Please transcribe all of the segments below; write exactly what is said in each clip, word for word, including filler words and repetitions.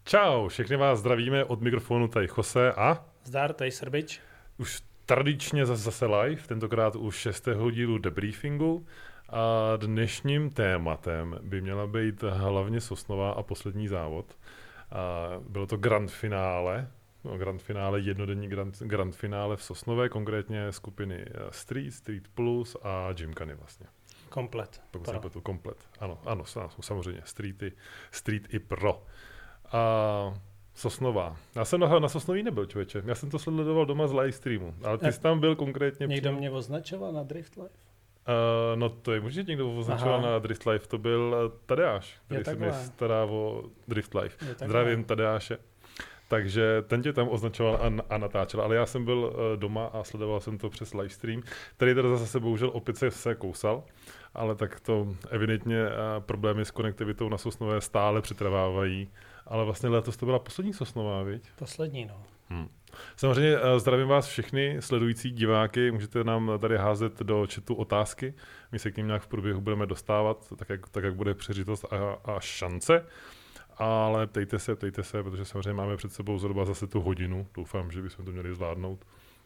Čau, všechny vás zdravíme od mikrofonu tady Jose a... Zdar, tady Srbič. Už tradičně zase, zase live, tentokrát už šestého dílu debriefingu. A dnešním tématem by měla být hlavně Sosnová a poslední závod. A bylo to grand finále, no, grand finále, jednodenní grand, grand finále v Sosnové, konkrétně skupiny Street, Street Plus a Gymkhany vlastně. Komplet. Pokud jsem to komplet. Ano, ano, samozřejmě. Streety, Street i Pro. A Sosnová. Já jsem na, na Sosnoví nebyl, člověče. Já jsem to sledoval doma z live streamu. Ale ty jsi tam byl konkrétně... Někdo mě označoval na Drift Live? Uh, no to je možná někdo označoval na Drift Live. To byl Tadeáš, který se mi stará o Drift Live. Zdravím Tadeáše. Takže ten tě tam označoval a, a natáčel, ale já jsem byl uh, doma a sledoval jsem to přes livestream, který teda zase bohužel opět se, se kousal, ale tak to evidentně uh, problémy s konektivitou na Sosnové stále přetrvávají, ale vlastně letos to byla poslední Sosnová, viď? Poslední, no. Hmm. Samozřejmě uh, zdravím vás všechny sledující diváky, můžete nám tady házet do chatu otázky, my se k ním nějak v průběhu budeme dostávat, tak jak, tak jak bude přežitost a, a šance. Ale ptejte se, ptejte se, protože samozřejmě máme před sebou zhruba zase tu hodinu. Doufám, že bychom to měli zvládnout.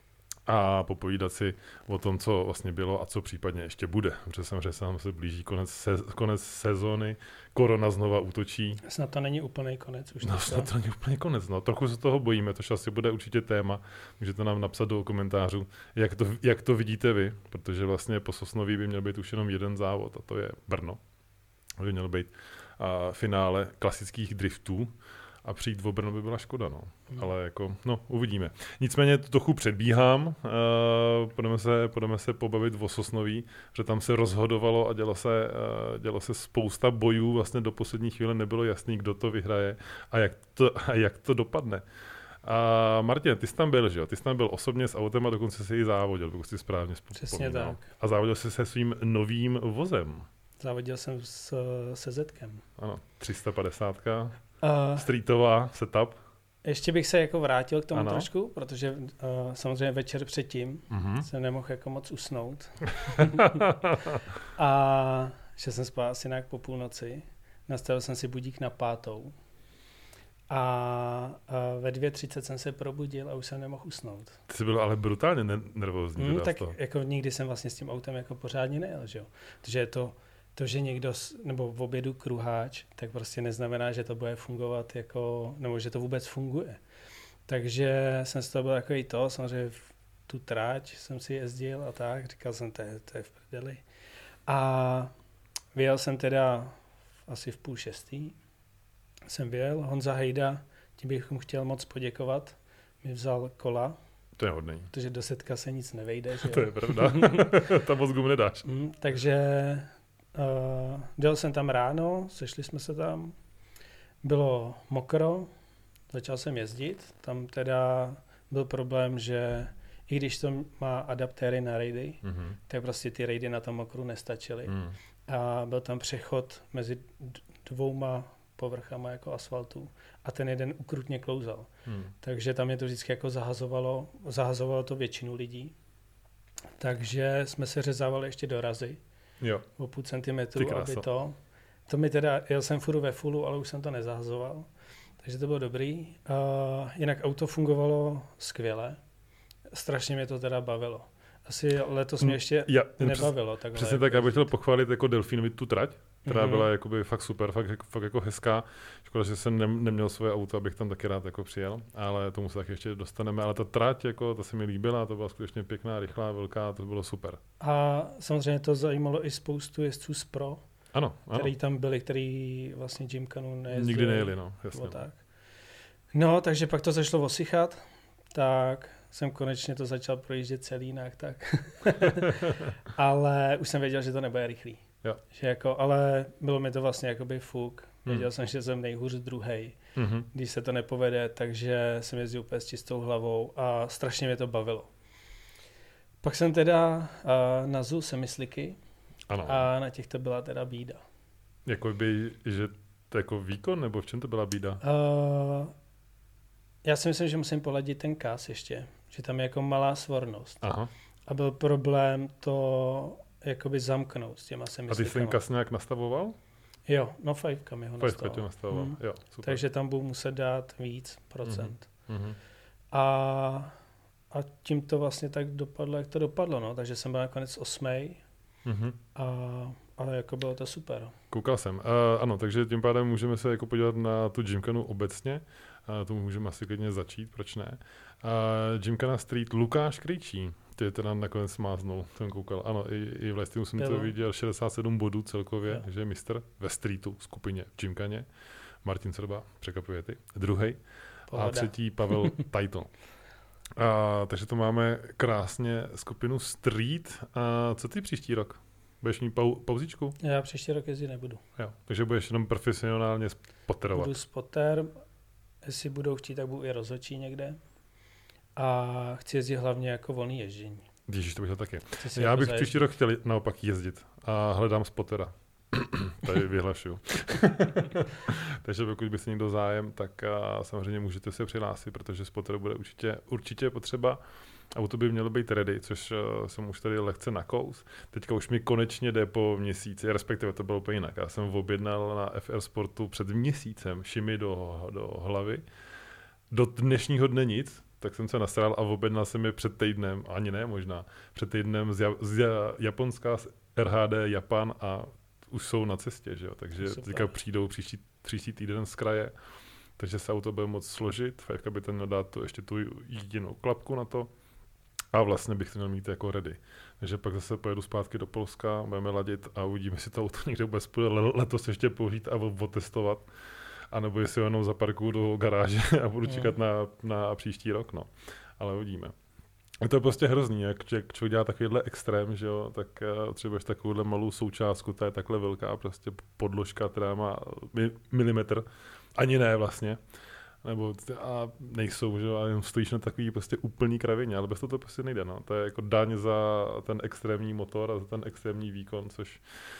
A popovídat si o tom, co vlastně bylo a co případně ještě bude. Protože samozřejmě se nám se blíží konec, se, konec sezóny, korona znova útočí. Snad to není úplný konec už. No snad to není úplný konec, no. Trochu se toho bojíme, to asi bude určitě téma. Můžete nám napsat do komentářů, jak to, jak to vidíte vy, protože vlastně po Sosnoví by měl být už jenom jeden závod a to je Brno. By měl být a finále klasických driftů a přijít v Brno by byla škoda, no. Hmm. Ale jako, no, uvidíme. Nicméně to trochu předbíhám, uh, půjdeme, se, půjdeme se pobavit o Sosnoví, že tam se rozhodovalo a dělo se, uh, dělo se spousta bojů, vlastně do poslední chvíle nebylo jasný, kdo to vyhraje a jak to, a jak to dopadne. A Martin, ty jsi tam byl, že jo? Ty jsi tam byl osobně s autem a dokonce si i závodil, pokud si správně vzpomínal. Přesně tak. A závodil jsi se svým novým vozem. Závodil jsem s sezetkem. Ano, tři sta padesát. Uh, streetová setup. Ještě bych se jako vrátil k tomu ano. trošku, protože uh, samozřejmě večer předtím uh-huh. jsem nemohl jako moc usnout. A že jsem spal asi nějak po půlnoci. Nastavil jsem si budík na pátou. A, a ve dvě třicet jsem se probudil a už jsem nemohl usnout. Ty jsi byl ale brutálně ne- nervózní. Hmm, tak jako nikdy jsem vlastně s tím autem jako pořádně nejel, že jo. Protože je to To, že někdo, nebo v obědu kruháč, tak prostě neznamená, že to bude fungovat jako, nebo že to vůbec funguje. Takže jsem z toho byl jako i to, samozřejmě v tu tráť jsem si jezdil a tak, říkal jsem, to je, to je v prdeli. A vyjel jsem teda asi v půl šestý, jsem vyjel, Honza Hejda, tím bych mu chtěl moc poděkovat, mi vzal kola. To je hodný. Protože do setka se nic nevejde. Že to je pravda, tam moc gum nedáš. Mm, takže Uh, dělal jsem tam ráno, sešli jsme se tam, bylo mokro, začal jsem jezdit, tam teda byl problém, že i když to má adaptéry na rejdy, mm-hmm. tak prostě ty rejdy na tom mokru nestačily. Mm. A byl tam přechod mezi dvouma povrchama jako asfaltu a ten jeden ukrutně klouzal. Mm. Takže tam je to vždycky jako zahazovalo, zahazovalo to většinu lidí. Takže jsme se řezávali ještě do razy. Jo. O půl centimetru, aby to. To mi teda, jel jsem furt ve fullu, ale už jsem to nezahazoval. Takže to bylo dobrý. Uh, jinak auto fungovalo skvěle. Strašně mě to teda bavilo. Asi letos mě ještě ja, nebavilo. Přes, přesně tak, já bych chtěl pochválit jako Delfínovi tu trať, která mm-hmm. byla jakoby fakt super, fakt, fakt jako hezká. Škoda, že jsem ne, neměl svoje auto, abych tam taky rád jako přijel, ale tomu se taky ještě dostaneme. Ale ta trať, jako, ta se mi líbila, to byla skutečně pěkná, rychlá, velká, to bylo super. A samozřejmě to zajímalo i spoustu jezdců z Pro, ano, ano. který tam byli, který vlastně Gymkhanu nejezdili. Nikdy nejeli, no, jasně. Tak. No, takže pak to začalo osychat, tak jsem konečně to začal projíždět celý jinak, tak. Ale už jsem věděl, že to nebude rychlý. Jo. Že jako, ale bylo mi to vlastně jakoby fuk. Věděl hmm. jsem, že jsem nejhůř druhej, hmm. když se to nepovede, takže jsem jezdil úplně s čistou hlavou a strašně mě to bavilo. Pak jsem teda uh, nazul semysliky ano. a na těch to byla teda bída. Jako by, že to jako výkon, nebo v čem to byla bída? Uh, já si myslím, že musím poladit ten kás ještě, že tam je jako malá svornost. Aha. A byl problém to jakoby zamknout s těma semyslikama. A ty jsi ten kas nějak nastavoval? Jo, no fajfka mi ho Fajfka nastavoval. tě nastavoval, hmm. jo, super. Takže tam budu muset dát víc procent. Mm-hmm. A, a tím to vlastně tak dopadlo, jak to dopadlo, no. Takže jsem byl nakonec osmej mm-hmm. a, ale jako bylo to super. Koukal jsem. Uh, ano, takže tím pádem můžeme se jako podívat na tu Gymkhanu obecně. Uh, to můžeme asi klidně začít, proč ne. Uh, Gymkhana Street, Lukáš Krejčí, ty teda nakonec máznul, jsem koukal. Ano, i, i v Lestinu jsem to viděl, šedesát sedm bodů celkově, jo. Takže je mistr ve Streetu, skupině v Gymkhaně. Martin Srba, překvapuje ty. Druhej. A třetí Pavel Tajto. A, takže to máme krásně skupinu Street. A co ty příští rok? Budeš mít pau, pauzičku? Já příští rok jezdit nebudu. Jo, takže budeš jenom profesionálně spotterovat. Budu spotter, jestli budou chtít, tak budu i rozhodčí někde. A chci jezdit hlavně jako volný ježdění. Ježíš, to bych to taky. Já bych příští rok chtěl naopak jezdit a hledám spottera. Tady vyhlašuju. Takže pokud by se někdo zájem, tak samozřejmě můžete se přihlásit, protože spotter bude určitě, určitě potřeba. Auto by mělo být ready, což uh, jsem už tady lehce nakous. Teďka už mi konečně jde po měsíci, respektive to bylo úplně jinak. Já jsem objednal na F R Sportu před měsícem šimy do, do hlavy. Do dnešního dne nic, tak jsem se nasral a objednal jsem je před týdnem, ani ne možná, před týdnem z, ja, z Japonska, z R H D Japan a už jsou na cestě, že jo? Takže super. Teďka přijdou příští, příští týden z kraje, takže se auto bude moc složit. Fajfka by ten měl dát tu, ještě tu jedinou klapku na to a vlastně bych to měl mít jako ready. Takže pak zase pojedu zpátky do Polska, budeme ladit a uvidíme, jestli to auto někde vůbec půjde letos ještě použít a otestovat. A nebo jestli ho jenom zaparkuju do garáže a budu čekat na, na příští rok, no. Ale uvidíme. Je to prostě hrozný, jak, jak člověk dělá takovýhle extrém, že jo, tak uh, třeba takovouhle malou součástku, ta je takhle velká prostě podložka, která má mi, milimetr, ani ne vlastně, nebo a nejsou, že jo, a jenom stojíš na takový prostě úplný kravině, ale bez toho to prostě nejde, no. To je jako daň za ten extrémní motor a za ten extrémní výkon, což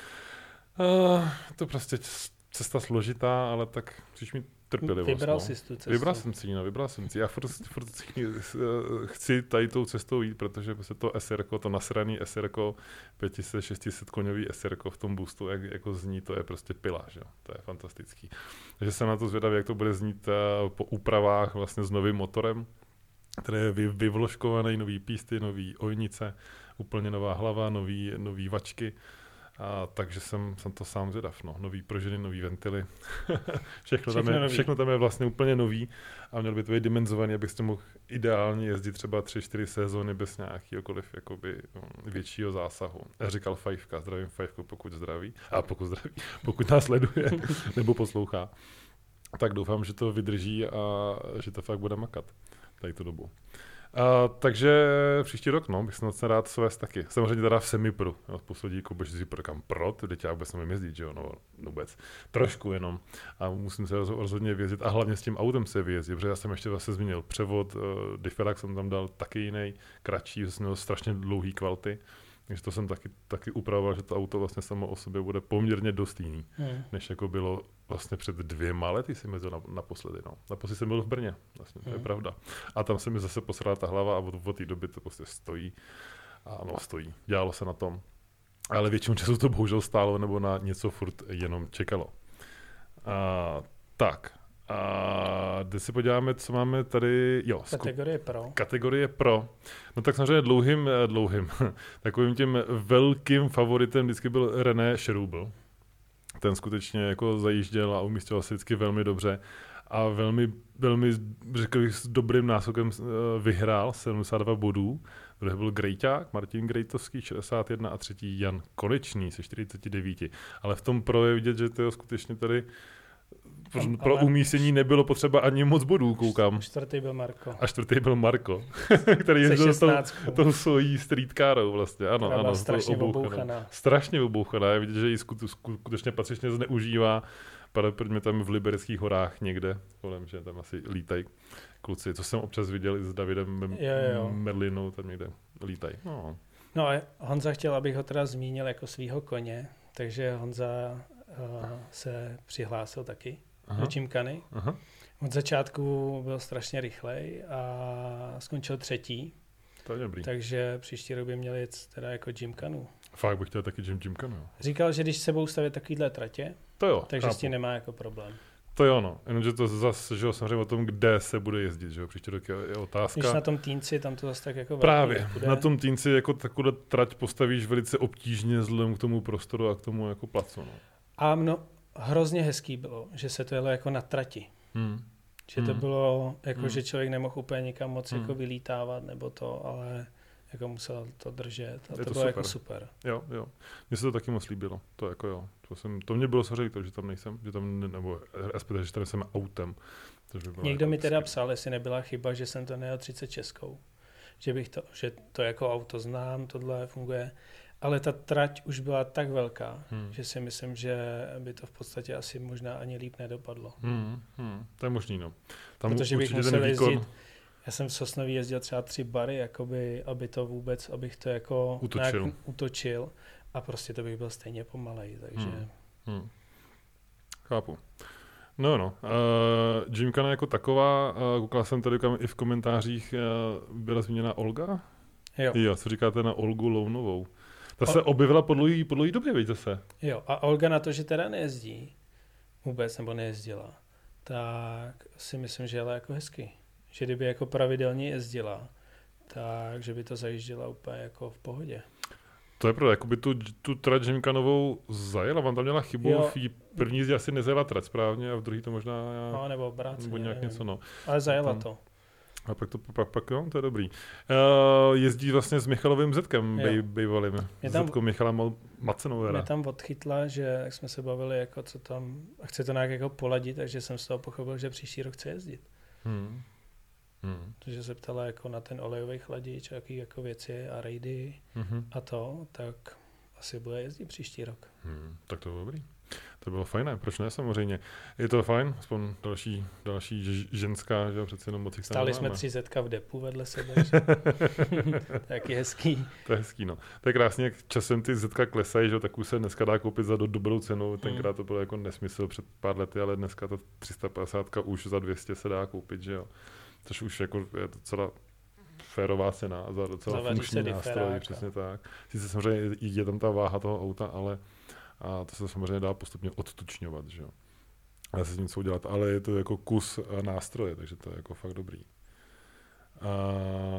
uh, to prostě cesta složitá, ale tak musíš mít trpělivost. Vybral no. jsi tu cestu. Vybral jsem si, no, vybral jsem si. Já furt, furt chci tady tou cestou jít, protože prostě to S R ko, to nasraný S R ko, pět set šest set koňový S R ko v tom boostu, jak jako zní, to je prostě pila, že? To je fantastický. Takže jsem na to zvědavý, jak to bude znít uh, po úpravách vlastně s novým motorem, který je vy, vyvložkovaný, nový písty, nový ojnice, úplně nová hlava, nový, nový vačky. A takže jsem, jsem to sám zvědav, no. Nový pružiny, nový ventily. všechno, všechno, tam je, všechno tam je vlastně úplně nový a měl by to být dimenzovaný, abych s tím mohl ideálně jezdit třeba tři čtyři sezóny bez nějakýhokoliv jakoby, většího zásahu. Já říkal Fajfka, zdravím Fajfku, pokud zdraví, a pokud zdraví, pokud nás sleduje nebo poslouchá, tak doufám, že to vydrží a že to fakt bude makat tady tu dobu. Uh, takže příští rok, no, bych se moc rád svést taky. Samozřejmě teda v semipru. Jo, poslední jako bož si prokám pro, teď já vůbec nevím jezdit, že jo, no, vůbec. Trošku jenom. A musím se rozhodně vyjezdit a hlavně s tím autem se vyjezdit, protože já jsem ještě zase zmínil převod, uh, diferák jsem tam dal taky jiný, kratší, jsem měl strašně dlouhý kvality. Takže to jsem taky, taky upravoval, že to auto vlastně samo o sobě bude poměrně dost jiný, hmm. než jako bylo vlastně před dvěma lety jsem jezdil na, naposledy. No. Naposledy jsem byl v Brně, vlastně, to hmm. je pravda. A tam se mi zase posrala ta hlava a od, od té doby to prostě stojí. A no, stojí. Dělalo se na tom. Ale většinou času to bohužel stálo, nebo na něco furt jenom čekalo. A, tak. A když se podíváme, co máme tady, jo. Kategorie pro. Kategorie pro. No tak samozřejmě dlouhým, dlouhým, takovým tím velkým favoritem vždycky byl René Šerubl. Ten skutečně jako zajížděl a umístěl se vždycky velmi dobře a velmi, velmi, řekl bych, s dobrým náskokem vyhrál sedmdesát dva bodů. Druhý byl Grejťák, Martin Grejtovský, šedesát jedna a třetí Jan Konečný se čtyřicet devět. Ale v tom pro je vidět, že to je skutečně tady Tam, pro umístění nebylo potřeba ani moc bodů, koukám. Čtvrtý byl Marko. A čtvrtý byl Marko, který jezdil tou, tou svojí streetcarou vlastně. Ano, Která ano, strašně obouchaná. Strašně obouchaná. Je vidět, že ji skutečně patřičně zneužívá. Pravděpodobně tam v Libereckých horách někde, kolem, že tam asi lítají kluci. Co jsem občas viděl i s Davidem jo, jo. Merlinou, tam někde lítají. No. no a Honza chtěl, abych ho teda zmínil jako svýho koně, takže Honza uh, se přihlásil taky. Do Gymkhany. Aha. Od začátku byl strašně rychlej a skončil třetí. To je dobrý. Takže příští rok by měl jet teda jako Gymkhanu. Fakt bych chtěl taky Gym Gymkhanu. Říkal, že když se budou stavět takovýhle tratě, To jo, takže chápu. s tím nemá jako problém. To jo, no. Jenomže to zase, že jo, samozřejmě o tom, kde se bude jezdit, že jo, příští rok je, je otázka. Když na tom Týnci, tam to zase tak jako Právě, na tom Týnci jako takovou trať postavíš velice obtížně vzhledem k tomu prostoru a k tomu jako placu, no. A mno, hrozně hezký bylo, že se to jelo jako na trati. Hmm. Že to Hmm. bylo, jako Hmm. že člověk nemohl úplně nikam moc Hmm. jako vylítávat nebo to, ale jako musel to držet a Je to, to bylo super. jako super. Jo, jo. Mně se to taky moc líbilo. To jako jo. To, jsem, to mě bylo samozřejmě to, že tam nejsem, že tam ne, nebo respektive, že tam jsem autem. By Někdo jako mi teda skvělý. psal, jestli nebyla chyba, že jsem to nejel třicet šest. Že bych to, že to jako auto znám, tohle funguje. Ale ta trať už byla tak velká, Hmm. že si myslím, že by to v podstatě asi možná ani líp nedopadlo. Hmm, hmm. To je možný, no. Tam Protože bych určitě ten musel výkon jezdit, já jsem v Sosnoví jezdil třeba tři bary, jakoby, aby to vůbec, abych to jako Utočil. nějak utočil a prostě to bych byl stejně pomalej, takže... Hmm. Hmm. Chápu. No, no. Uh, Gymkhana jako taková, uh, koukal jsem tady kam i v komentářích, uh, byla zmíněna Olga? Jo. Jo, co říkáte na Olgu Lounovou? Ta O- se objevila po dlouhý, po dlouhý době, víte se. Jo, a Olga na to, že teda nejezdí vůbec, nebo nejezdila, tak si myslím, že jela jako hezky. Že kdyby jako pravidelně jezdila, tak že by to zajížděla úplně jako v pohodě. To je pravda, jakoby tu, tu trať Gymkhanovou zajela, vám tam měla chybu, Jo. v jí první jízdě asi nezajela trať správně a v druhý to možná No, nebo obráceně, nebo nějak nevím. něco, no. Ale zajela Tam- to. A pak to pak, pak no, to je dobrý. Uh, jezdí vlastně s Michalovým Zetkem, Jo. bej, bejvalým. Je tam- Zetko Michala Mal- Mě Macenovera. tam odchytla, že jak jsme se bavili, jako co tam, a chce to nějak jako poladit, takže jsem z toho pochopil, že příští rok chce jezdit. Hmm. Hmm. Takže se ptala jako na ten olejový chladič, jaký jako věci a rejdy Mhm. a to, tak asi bude jezdit příští rok. Hmm. Tak to bylo dobrý. To bylo fajné, proč ne samozřejmě. Je to fajn, aspoň další, další ž- ženská, že jo, přece jenom moc jich tam Stáli jsme nemáme. tři zetka v depu vedle sebe, že? Taky hezký. To je hezký, no. To je krásně, jak časem ty zetka klesají, že jo, tak už se dneska dá koupit za do, dobrou cenu. Tenkrát to bylo jako nesmysl před pár lety, ale dneska ta tři sta padesát už za dvě stě se dá koupit, že jo. Což už jako je docela férová cena a za docela Zavaří funkční se nástroj, diferáka. přesně tak. Sice samozřejmě je tam ta váha toho auta, ale a to se samozřejmě dá postupně odtučňovat, že jo. Dá se s tím něco udělat, ale je to jako kus a nástroje, takže to je jako fakt dobrý. A,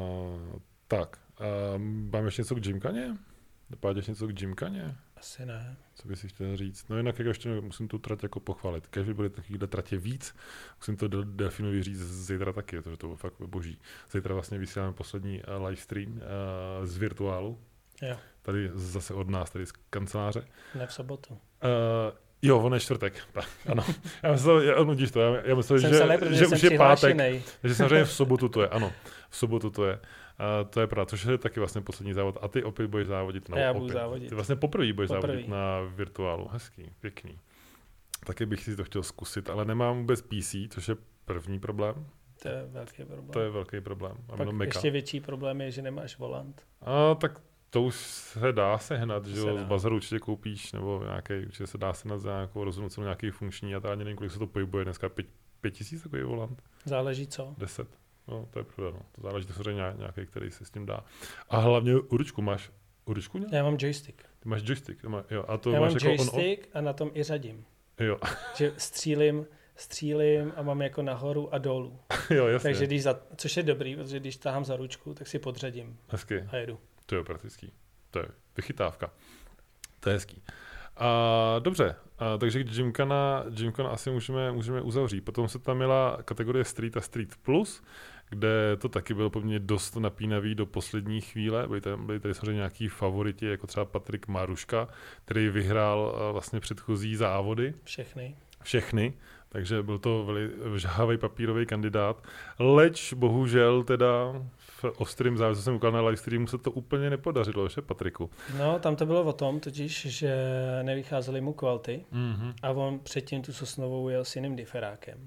tak, a máme ještě něco k Gymkhaně? Napáděš něco k Gymkhaně? Asi ne. Co bys si chtěl říct? No jinak jako ještě musím tu trať jako pochválit. Když by byly takovýhle tratě víc, musím to Del- Delfinovi říct zítra taky, protože to bylo fakt boží. Zítra vlastně vysíláme poslední uh, livestream uh, z virtuálu. Jo, Tady zase od nás, tady z kanceláře. ne v sobotu. Uh, jo, on je čtvrtek. ano. Já myslel, já, no, to, já, já myslel Jsem že, se nejprve, že jsem už je pátek. přihlášenej. Takže samozřejmě v sobotu to je, ano. V sobotu to je. Uh, to je pravda, což je taky vlastně poslední závod. A ty opět budeš závodit. No, Já budu opět. závodit. Ty vlastně poprvé budeš Poprvý. závodit na virtuálu. Hezký, pěkný. Taky bych si to chtěl zkusit, ale nemám vůbec P C, což je první problém. To je velký problém. To je velký problém. A Pak jenom Maca. ještě větší problém je, že nemáš volant. A tak to už se dá sehnat, že Se jo, dá. z bazaru určitě koupíš, nebo nějaký, určitě se dá sehnat za nějakou rozhodnutou nějaký funkční, a to ani nevím, kolik se to pohybuje dneska, pět, pět tisíc takový volant, Záleží co? deset, no to je pravda, no. To záleží, to samozřejmě nějaký, který se s tím dá. A hlavně u ručku máš, u ručku nějak? Já mám joystick. Ty máš joystick, ty má, jo, a to Já máš mám jako on, joystick a na tom i řadím. jo, Že střílím, střílím a mám jako nahoru a dolů. jo, jasně, Takže když za, což je dobrý, protože když tahám za ručku, tak si podřadím hezky, a jedu. to je praktický, to je vychytávka, to je hezký. A dobře, a, takže Gymkhana, Gymkhana asi můžeme, můžeme uzavřít. Potom se tam měla kategorie Street a Street Plus, kde to taky bylo poměrně dost napínavý do poslední chvíle. Byli tady, byli tady samozřejmě nějaký favoriti, jako třeba Patrik Maruška, který vyhrál a, vlastně předchozí závody, Všechny. všechny, takže byl to veli, žhavý papírový kandidát. Leč bohužel teda v ostrým závodu, co jsem ukázal na livestreamu, se to úplně nepodařilo, že Patriku? No, tam to bylo o tom totiž, že nevycházely mu kvality Mm-hmm. a on předtím tu Sosnovou jel s jiným diferákem.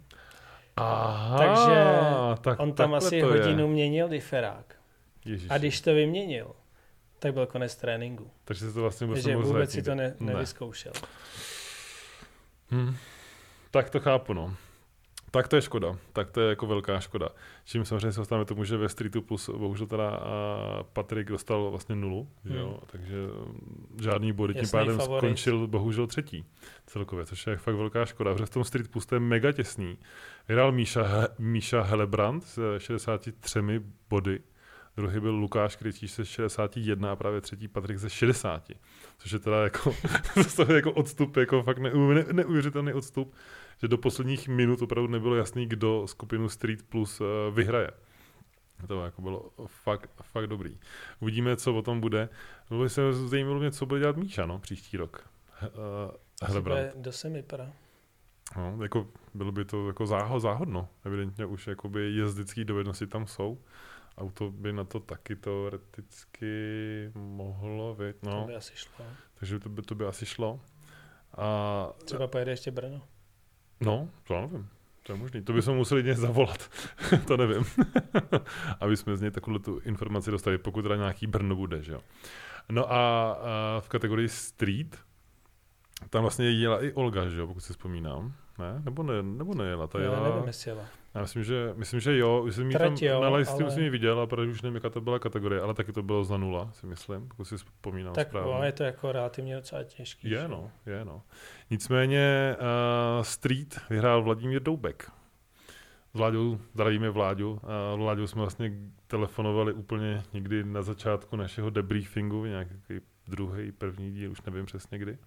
Aha, Takže tak On tam takhle asi to hodinu je. měnil diferák. Ježiši. A když to vyměnil, tak byl konec tréninku. Takže se to vlastně vůbec Takže nemohl vůbec zajet si to nikdy. ne, nevyzkoušel. Hm. Tak to chápu, no. Tak to je škoda, tak to je jako velká škoda. Čím samozřejmě se dostáváme tomu, že ve Streetu Plus bohužel teda Patrik dostal vlastně nulu, hmm. jo? Takže žádný body, tím pádem favorit. Skončil bohužel třetí celkově, což je fakt velká škoda, protože v tom Street Plus to je mega těsný. Vyhrál Míša, Míša Helebrant s šedesáti třemi body, druhý byl Lukáš Kryčíš se šedesát jedna a právě třetí Patrik ze šedesáti, což je teda jako, to je jako odstup, jako fakt ne, ne, neuvěřitelný odstup, že do posledních minut opravdu nebylo jasný, kdo skupinu Street Plus uh, vyhraje. To jako bylo fakt, fakt dobrý. Uvidíme, co o tom bude. Bylo by se zajímalo mě, co bude dělat Míša, no, příští rok. Uh, Helebrant. Do semipra. No, jako bylo by to jako záho, záhodno. Evidentně už jakoby jezdické dovednosti tam jsou. Auto by na to taky teoreticky mohlo být. No. To by asi šlo. Takže to by, to by asi šlo. A třeba pojede ještě Brno. No, to nevím. To je možný. To bychom museli něj zavolat. To nevím. Aby jsme z něj takovou tu informaci dostali, pokud teda nějaký Brno bude, že jo. No a, a v kategorii Street tam vlastně jela i Olga, že jo, pokud si vzpomínám. Ne? Nebo ne, nebo nejela. Ta jela... Já nevím, jestli jela. Já myslím, že, myslím, že jo. Jsem tam jo, na livestreamu ale... jsem ji viděl, a protože už nevím, jaká to byla kategorie, ale taky to bylo za nula, si myslím, pokud si vzpomínám tak správně. Tak je to jako relativně docela těžký. Je, no, je, no. Nicméně uh, Street vyhrál Vladimír Doubek. S Vláďou, zdravíme Vláďu. Uh, Vláďou jsme vlastně telefonovali úplně někdy na začátku našeho debriefingu, nějaký druhý, první díl, už nevím přesně kdy.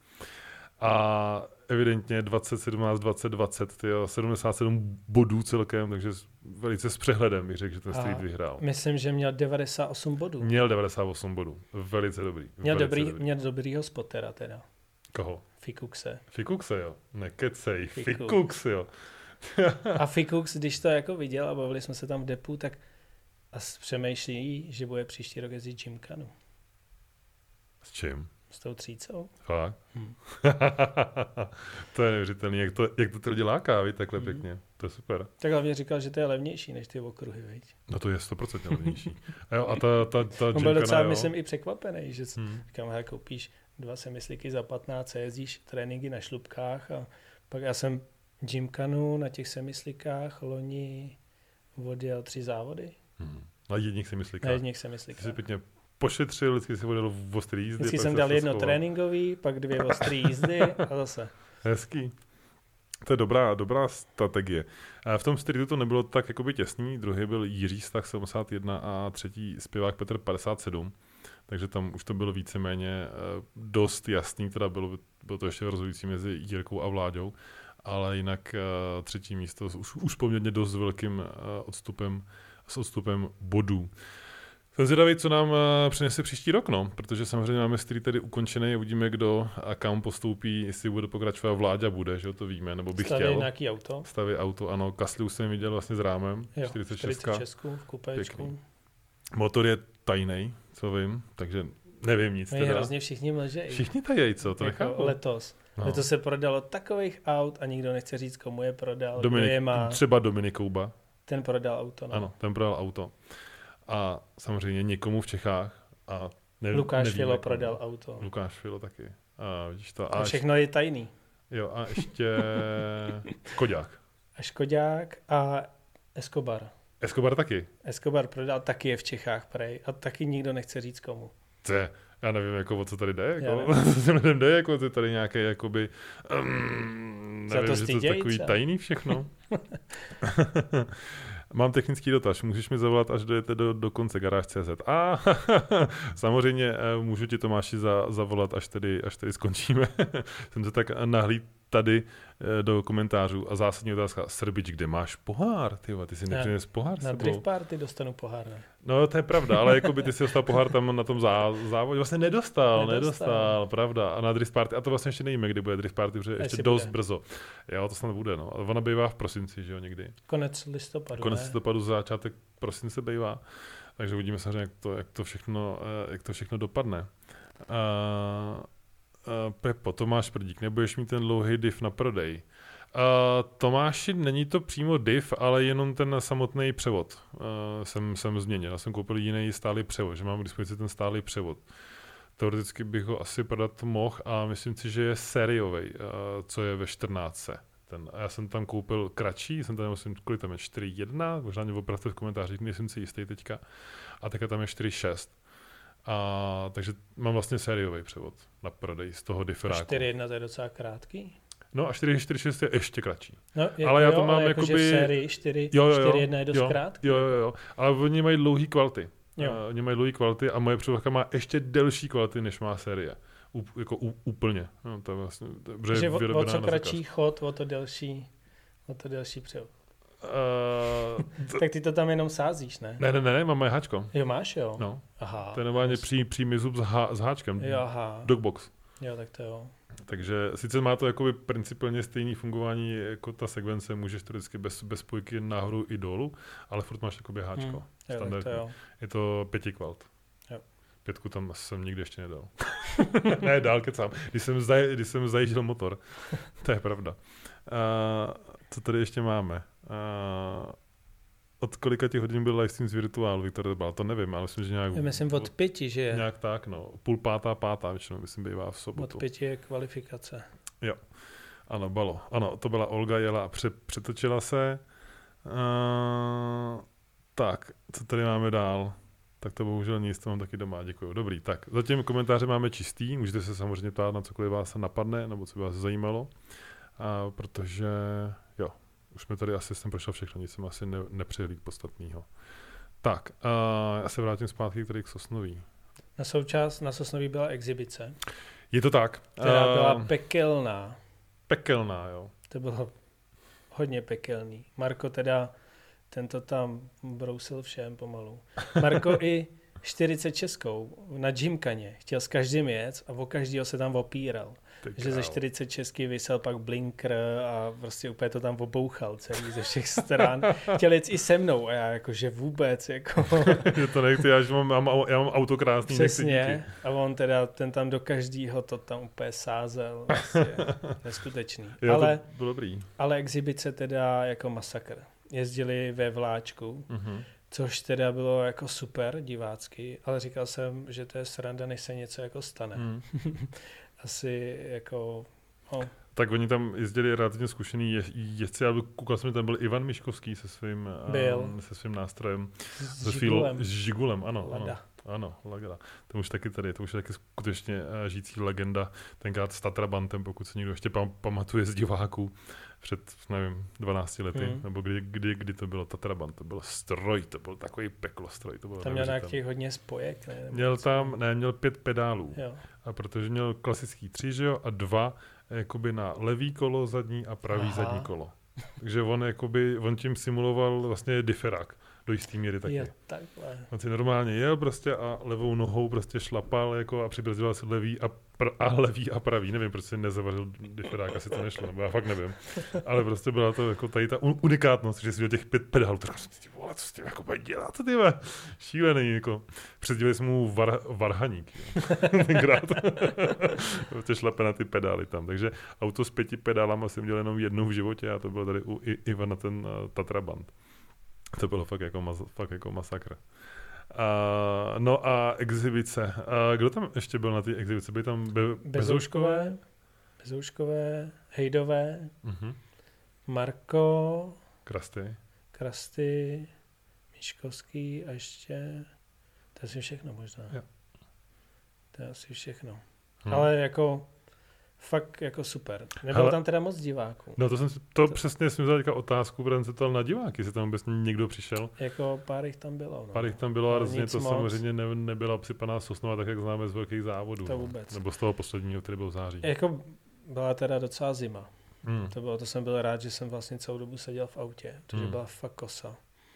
A evidentně dvacet sedmnáct dvacet dvacet, tyjo, sedmdesát sedm bodů celkem, takže velice s přehledem bych řekl, že ten Street vyhrál. Myslím, že měl devadesát osm bodů. Měl devadesát osm bodů, velice dobrý. Měl, velice dobrý, dobrý. měl dobrýho spotera teda. Koho? Fikukse. Fikukse, jo. Nekecej, Fikux, jo. A Fikux, když to jako viděl a bavili jsme se tam v depu, tak a přemýšlí, že bude příští rok jezdit Gymkhanu. S čím? S tou třícou. Fakt? Hmm. To je neuvěřitelný, jak to, jak to ty lidi láká, víš, takhle hmm. pěkně. To je super. Tak hlavně říkal, že to je levnější než ty okruhy, viď? No to je sto procent levnější. A jo, a ta, ta, ta On byl docela, jo. myslím, i překvapený, že hmm. říkám, jak koupíš dva semyslíky za patnáct a jezdíš tréninky na šlupkách a pak já jsem Gymkhanu na těch semyslíkách loni odjel tři závody. Hmm. Na jedních semyslíkách. Na jedních semyslíkách. Jsi pěkně pošetřil, vždycky si odjel v ostrý jízdy. Vždycky jsem dal jedno tréninkový, pak dvě ostrý jízdy a zase. Hezký. To je dobrá, dobrá strategie. A v tom Streetu to nebylo tak jakoby těsný. Druhý byl Jiří Stach sedmdesát jedna a třetí zpěvák Petr padesát sedm. Takže tam už to bylo víceméně dost jasný, teda bylo, bylo to ještě rozhodující mezi Jirkou a Vláďou, ale jinak třetí místo už, už poměrně dost velkým odstupem, s odstupem bodů. Jsem zvědavý, co nám uh, přinese příští rok, no, protože samozřejmě máme Street tedy ukončený a uvidíme, kdo a kam postoupí, jestli bude pokračovat. Vláďa bude, že to víme, nebo bych Staví chtěl. nějaký auto. Staví auto, ano. Kasliu jsem viděl vlastně s rámem, jo, čtyřicet šest. čtyřicet šest v kupéčku. Motor je tajnej, co vím, takže nevím nic. My teda. Hrozně všichni mlžejí. Všichni tajej, co? To jako nechápu. Letos. No. Letos se prodalo takových aut a nikdo nechce říct, komu je prodal. Dominik, je má. Třeba Dominik Kouba. Ten prodal auto, no. Ano, ten prodal auto. A samozřejmě někomu v Čechách. A ne, Lukáš nevím, Filo jak prodal auto. Lukáš Filo taky. A vidíš to. A všechno je tajný. Jo, a ještě Škodák. A Škodák a Escobar. Escobar taky. Escobar prodal, taky je v Čechách prej. A taky nikdo nechce říct komu. Co je? Já nevím, jako, o co tady jde. Jako, co se lidem jde, jako, to tady nějaké, jakoby, um, nevím, to že to je takový tajný všechno. Mám technický dotaz, můžeš mi zavolat, až dojete do, do konce garáž tečka cé zet. A samozřejmě můžu ti, Tomáši, za, zavolat, až tady, až tady skončíme. Jsem se tak nahlíd tady do komentářů a zásadní otázka. Srbič, kde máš pohár? Tyjo, ty si nepřines pohár na sebou? Na drift party dostanu pohár, ne? No, to je pravda, ale jako by ty si dostal pohár tam na tom zá, závodě. Vlastně nedostal, nedostal, nedostal, pravda. A na drift party, a to vlastně ještě nevíme, kdy bude drift party, protože ještě dost bude. Brzo. Jo, to snad bude, no. Ona bývá v prosinci, že jo, někdy. Konec listopadu, Konec ne? listopadu, začátek prosince bývá. Takže uvidíme samozřejmě, jak to, jak to, všechno, jak to všechno dopadne. Uh, Uh, Pepo, Tomáš Prdík, nebudeš mít ten dlouhý div na prodej. Uh, Tomáši, není to přímo div, ale jenom ten samotný převod uh, jsem, jsem změnil. Já jsem koupil jiný stálý převod, že mám k dispozici ten stálý převod. Teoreticky bych ho asi prodat mohl a myslím si, že je sériový, uh, co je ve čtrnáctce. Ten, a já jsem tam koupil kratší, jsem tam, myslím, kolik tam je čtyři jedna, možná mě opravdu v komentářích, nejsem si jistý teďka, a teďka tam je čtyři šest. A, takže mám vlastně sériový převod na prodej z toho diferáku. čtyři jedna to je docela krátký. No a čtyři čtyři šest je ještě kratší. No, je, ale já jo, to mám ale jakoby... Jako, v sérii čtyři jedna je dost jo, krátký. Jo, jo, jo. Ale oni mají dlouhý kvality. Jo. Uh, oni mají dlouhý kvality a moje převodovka má ještě delší kvality, než má série. U, jako u, úplně. No, to je vlastně, to je Takže o, o co kratší chod, o to delší, o to delší převod. Uh, t- tak ty to tam jenom sázíš, ne? Ne, ne, ne, ne mám moje háčko. Jo, máš, jo? No. Aha. To je normálně pří, přímý zub s, há, s háčkem. Jo, aha. Dogbox. Jo, tak to jo. Takže sice má to jakoby principálně stejné fungování jako ta sekvence, můžeš to vždycky bez, bez spojky nahoru i dolů, ale furt máš jakoby háčko. Hmm. Jo, standardní. to jo. Je to pěti kvalt. Jo. Pětku tam jsem nikdy ještě nedal. Ne, dál kecám. Když jsem, zaj, když jsem zajížděl motor. To je pravda. Uh, co tady ještě máme? Uh, od kolika těch hodin byl livestream z virtuálu, Viktor Debal? To nevím, ale myslím, že nějak... Já myslím od pěti, že je. Nějak tak, no. Půl pátá, pátá, většinou, myslím, bývá v sobotu. Od pěti je kvalifikace. Jo. Ano, balo. Ano, to byla Olga, jela a pře- přetočila se. Uh, tak, co tady máme dál? Tak to bohužel nic, to mám taky doma, děkuju. Dobrý, tak zatím komentáře máme čistý, můžete se samozřejmě ptát na cokoliv vás napadne, nebo co by vás zajímalo, a protože jo, už jsme tady asi jsem prošel všechno, nic jsem asi ne, nepřihlík podstatného. Tak, uh, já se vrátím zpátky tady k Sosnoví. Na součást na Sosnoví byla exibice. Je to tak. Která uh, byla pekelná. Pekelná, jo. To bylo hodně pekelný. Marko teda, ten to tam brousil všem pomalu. Marko i čtyřicet českou na Gymkaně chtěl s každým jet a o každýho se tam opíral. Že ze čtyřicet šest vysel pak blinker a prostě úplně to tam obouchal celý ze všech stran. Chtěl jet i se mnou a já jakože vůbec. Jako... Je to nechci, já, že mám, mám, já mám auto krásný. Přesně. A on teda, ten tam do každýho to tam úplně sázel. Vlastně neskutečný. Jo, ale, to bylo dobrý. Ale exibice teda jako masakr. Jezdili ve vláčku, uh-huh. což teda bylo jako super divácky, ale říkal jsem, že to je sranda, než se něco jako stane. Hmm. Asi jako... Oh. Tak oni tam jezdili relativně zkušený je, jezdci, ale koukal jsem, že tam byl Ivan Miškovský se svým, um, se svým nástrojem. S Žigulem. S Žigulem, ano. Lada. Ano, ano, legenda. To už taky tady, to už je taky skutečně uh, žijící legenda. Tenkrát s Tatrabantem, pokud se někdo ještě pam, pamatuje z diváků před, nevím, dvanácti lety, hmm. nebo kdy, kdy, kdy to bylo Tatrabant, to byl stroj, to byl takový peklostroj. To bylo tam měl nějakých hodně spojek, ne? Měl tam, ne, měl pět pedálů. Jo. A protože měl klasický tři, že jo, a dva jakoby na levý kolo zadní a pravý Aha. zadní kolo. Takže on jakoby, on tím simuloval vlastně diferák do jistý míry taky. Je, takhle. On si normálně jel prostě a levou nohou prostě šlapal jako a přibrzdil si levý a, pr- a levý a pravý. Nevím, proč si nezavařil diferák, asi to nešlo, nebo já fakt nevím. Ale prostě byla to jako tady ta unikátnost, že si měl těch pět pedálů. Tak jsem si vole, co s tím jako bude dělat, ty ve? Šílený, jako. Předělili jsme mu var, varhaník. Tenkrát. Prostě šlape na ty pedály tam. Takže auto s pěti pedálama jsem měl jenom jednou v životě a to bylo tady u Ivana ten uh, Tatrabant. To bylo fakt jako, mas, fakt jako masakr. Uh, no a exibice. Uh, kdo tam ještě byl na té exibici? Byli tam be, Bezouškové, Bezouškové, Hejdové, uh-huh. Marko, Krasty, Krasty, Miškovský a ještě, to je asi všechno možná. Jo. To je asi všechno. Hmm. Ale jako fakt jako super. Nebylo Ale, tam teda moc diváků. No to jsem to, to přesně jsem vzal otázku, protože jsem to na diváky, jestli tam vůbec někdo přišel. Jako pár jich tam bylo. No. Pár jich tam bylo a rozhodně to moc. Samozřejmě ne, nebyla obsypaná Sosnova, tak jak známe z velkých závodů. To vůbec. Nebo z toho posledního, který byl v září. Jako byla teda docela zima. Hmm. To bylo, to jsem byl rád, že jsem vlastně celou dobu seděl v autě, protože hmm. byla fakt kosa.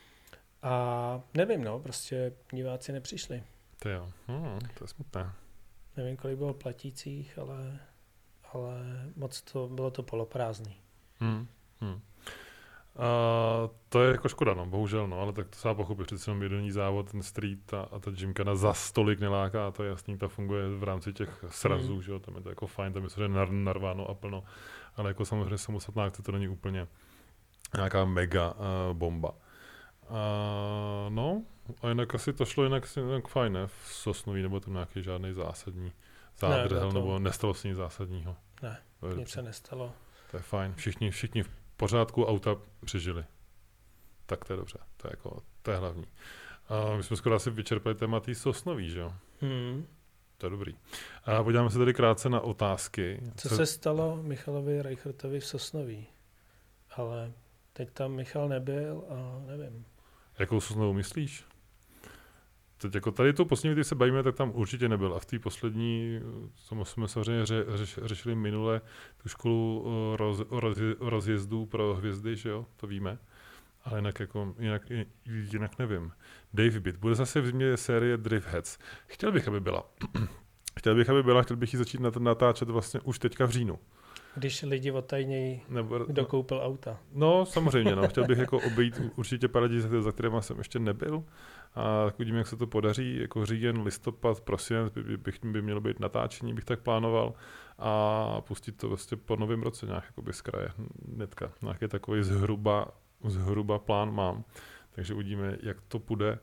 A nevím, no, prostě diváci nepřišli. To jo, hmm, to je smutné. Nevím, kolik bylo platících, ale... ale moc to, bylo to poloprázdný. Hmm. Hmm. A to je jako škoda, no, bohužel, no, ale tak to se dá pochopit, přece jenom jedený závod, ten street a, a ta gymkana za stolik neláká, a to je jasný, ta funguje v rámci těch srazů, hmm. že jo, tam je to jako fajn, tam je samozřejmě nar, narváno a plno, ale jako samozřejmě samostatná akce to není úplně nějaká mega uh, bomba. Uh, no, a jinak asi to šlo jinak, jinak fajn, ne, v Sosnoví, nebo tam nějaký žádný zásadní zádrhel, ne, to... nebo nestalo se nic zásadního. Ne, nic se nestalo. To je fajn. Všichni, všichni v pořádku, auta přežili. Tak to je dobře. To je, jako, to je hlavní. A my jsme skoro asi vyčerpali téma tý Sosnový, že jo? Hmm. To je dobrý. A podíváme se tady krátce na otázky. Co se stalo Michalovi Reichertovi v Sosnoví? Ale teď tam Michal nebyl a nevím. Jakou Sosnovou myslíš? Teď jako tady tu poslední, když se bavíme, tak tam určitě nebyl. A v té poslední, co jsme samozřejmě ře, řeš, řešili minule, tu školu roz, roz, rozjezdů pro hvězdy, že jo, to víme. Ale jinak, jako, jinak, jinak nevím. Dave Bitt. Bude zase v zimě série Driftheads. Chtěl bych, aby byla. Chtěl bych, aby byla, chtěl bych ji začít natáčet vlastně už teďka v říjnu. Když lidi odtajnějí, Nebo, kdo koupil auta. No, samozřejmě, no. Chtěl bych jako obejít určitě pár lidí, za kterýma jsem ještě nebyl. A tak uvidíme, jak se to podaří. Jako říjen, listopad, prosinec by, by, by mělo být natáčení, bych tak plánoval. A pustit to vlastně po novém roce nějak jakoby z kraje netka. Nějaký takový zhruba, zhruba plán mám. Takže uvidíme, jak to půjde.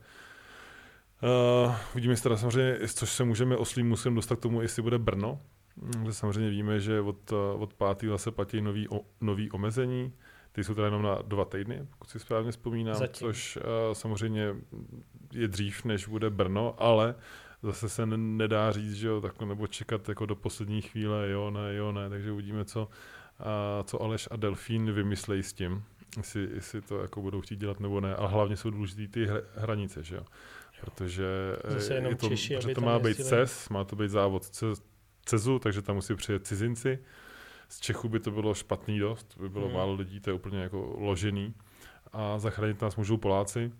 Uh, uvidíme si teda samozřejmě, což se můžeme oslým musím dostat k tomu, jestli bude Brno. Samozřejmě víme, že od, od pátého zase platí nový, o, nový omezení. Ty jsou teda jenom na dva týdny, pokud si správně vzpomínám, Zatím. což uh, samozřejmě je dřív, než bude Brno, ale zase se nedá říct, že jo, tak, nebo čekat jako do poslední chvíle, jo, ne, jo, ne, takže uvidíme, co, uh, co Aleš a Delfín vymyslejí s tím, jestli, jestli to jako budou chtít dělat nebo ne, ale hlavně jsou důležité ty hranice, že jo, protože je to, Češi, že to má být C E S, má to být závod C E S, Cezu, takže tam musí přijet cizinci. Z Čechů by to bylo špatný dost, by bylo hmm. málo lidí, to je úplně jako ložený. A zachránit nás můžou Poláci.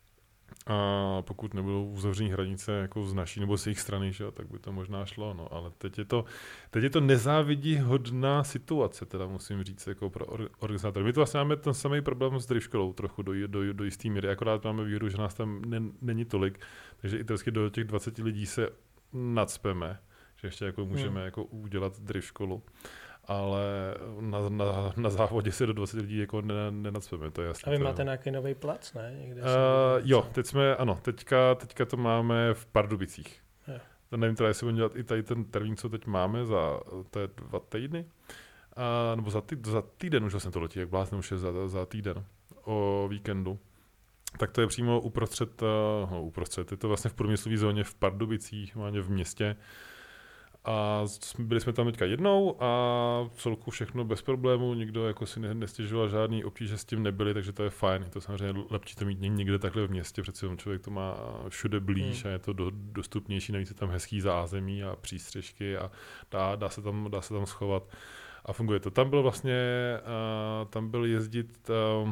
A pokud nebudou uzavřený hranice jako z naší nebo z jejich strany, že, tak by to možná šlo. No. Ale teď je to, teď je to nezávidihodná situace, teda musím říct, jako pro organizátory. My to vlastně máme ten samý problém s drifškolou trochu do, do, do jistý míry. Akorát máme výhodu, že nás tam ne, není tolik, takže i tedy do těch dvaceti lidí se nacpeme. Že ještě jako můžeme hmm. jako udělat drift školu, ale na, na, na závodě se do dvaceti lidí jako nenacpeme, to je jasné. A vy máte nějaký nový plac, ne? Někde uh, jo, teď jsme, ano, teďka, teďka to máme v Pardubicích. Je. To nevím teda, jestli budeme dělat i tady ten termín, co teď máme za té dva týdny, uh, nebo za, tý, za týden už vlastně to letí, jak blázne už je za, za týden o víkendu. Tak to je přímo uprostřed, uh, no, uprostřed, je to vlastně v průmyslové zóně v Pardubicích, máme v městě. A byli jsme tam teďka jednou a celku všechno bez problémů, nikdo jako si nestěžoval, žádný obtíže s tím nebyly, takže to je fajn. Je to samozřejmě lepší to mít někde takhle v městě, přece člověk to má všude blíž hmm. a je to do, dostupnější, navíc je tam hezký zázemí a přístřežky a dá, dá, se tam, dá se tam schovat a funguje to. Tam byl vlastně, uh, tam byl jezdit, uh,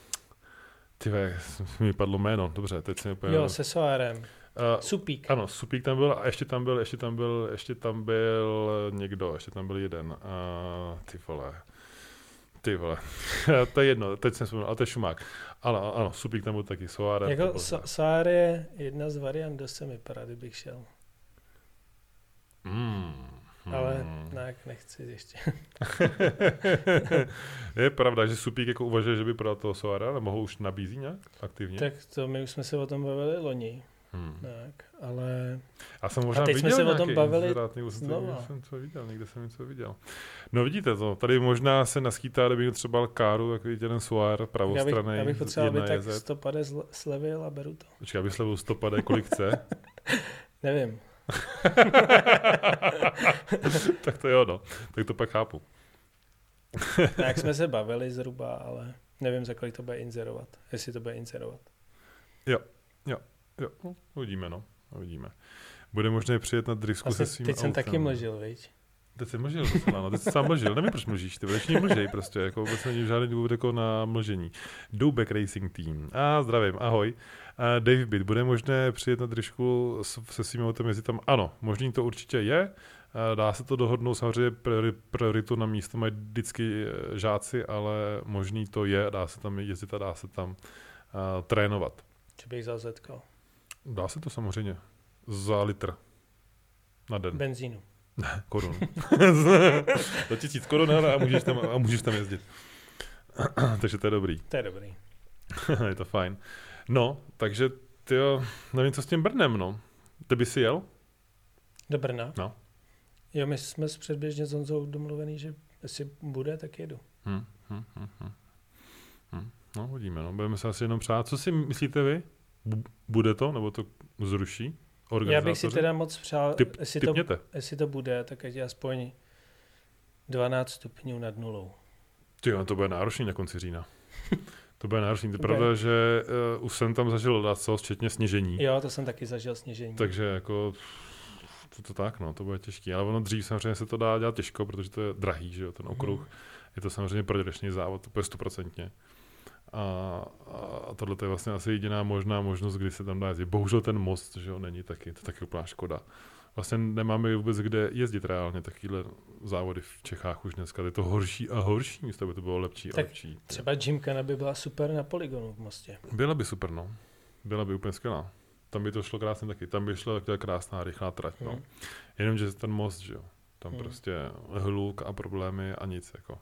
tyve, mi padlo jméno, dobře, teď si úplně... Jo, se Soarem. Uh, Supík. Ano, Supík tam byl a ještě tam byl, ještě tam byl, ještě tam byl někdo, ještě tam byl jeden. Uh, ty vole. Ty vole. To je jedno, teď jsem vzpomněl, ale to je Šumák. Ano, ano, Supík tam byl taky, Soare. Jako Soare je jedna z variant do semiparady, kdybych šel. Mm. Ale ne, nechci ještě. Je pravda, že Supík jako uvažuje, že by prodal toho Soara, ale mohl už nabízí nějak aktivně? Tak to my už jsme se o tom bavili loni. Hmm. Tak, ale... A jsem možná a teď viděl jsme se o tom bavili inzerát, někde jsem, to, jsem to viděl, někde jsem něco viděl. No vidíte to, tady možná se naskýtá, kdybych třeba káru, takový ten Suár pravostranný. Já bych, bych potřeboval, aby tak stopade slevil a beru to. Počkej, aby slevil stopade, kolik chce? Nevím. Tak to jo, no. Tak to pak chápu. Tak jsme se bavili zhruba, ale nevím, za kolik to bude inzerovat. Jestli to bude inzerovat. Jo, jo, jo. No, uvidíme, no. Uvidíme. Bude možné přijet na driftsku vlastně se svým teď autem. jsem taky mlžil, viď? Teď jsem mlžil, docela, no. Teď jsem sám mlžil. Nevím, proč mlžíš. Ty všichni mlžej prostě. Jako vůbec není žádný důvod jako na mlžení. Doubek Racing Team. A zdravím, ahoj. A Dave Bitt, bude možné přijet na driftku se svým autem jezdit tam? Ano, možný to určitě je. Dá se to dohodnout, samozřejmě prioritu na místo mají vždycky žáci, ale možný to je, dá se tam jezdit a dá se tam uh, trénovat. Či bych za zetko? Dá se to samozřejmě. Za litr na den. Benzínu. Ne, korun. Za tisíc korun a můžeš tam, a můžeš tam jezdit. Takže to je dobrý. To je dobrý. Je to fajn. No, takže tyjo, nevím, co s tím Brnem, no. Ty by si jel? Do Brna? No. Jo, my jsme s předběžně s Honzou domluvený, že jestli bude, tak jedu. Hmm, hmm, hmm, hmm. Hmm. No, hodíme, no. Budeme se asi jenom přát. Co si myslíte vy? B- bude to, nebo to zruší organizátoři? Já bych si teda moc přál, Typ, jestli, to, jestli to bude, tak ať je aspoň dvanáct stupňů nad nulou. Tyjo, to bude náročný na konci října. To bude náročný. To je pravda, že uh, už jsem tam zažil dacos, včetně sněžení. Jo, to jsem taky zažil sněžení. Takže jako to, to tak, no, to bude těžký. Ale ono dřív samozřejmě se to dá dělat těžko, protože to je drahý, že jo, ten okruh. Hmm. Je to samozřejmě prodělečný závod, úplně stoprocentně. A, a tohle je vlastně asi jediná možná možnost, kdy se tam dá jezdit. Bohužel ten most, že jo, není taky, to je taky úplná škoda. Vlastně nemáme vůbec kde jezdit reálně, takovýhle závody v Čechách už dneska. Je to horší a horší, místo by to bylo lepší a tak lepší. Třeba Gymkhana by byla super na polygonu v Mostě. Byla by super, no. Byla by úplně skvělá. Tam by to šlo krásně taky. Tam by šla taková krásná, rychlá trať, no. Hmm. Jenomže ten most, že jo. Tam hmm. prostě hluk a problémy a nic, jako.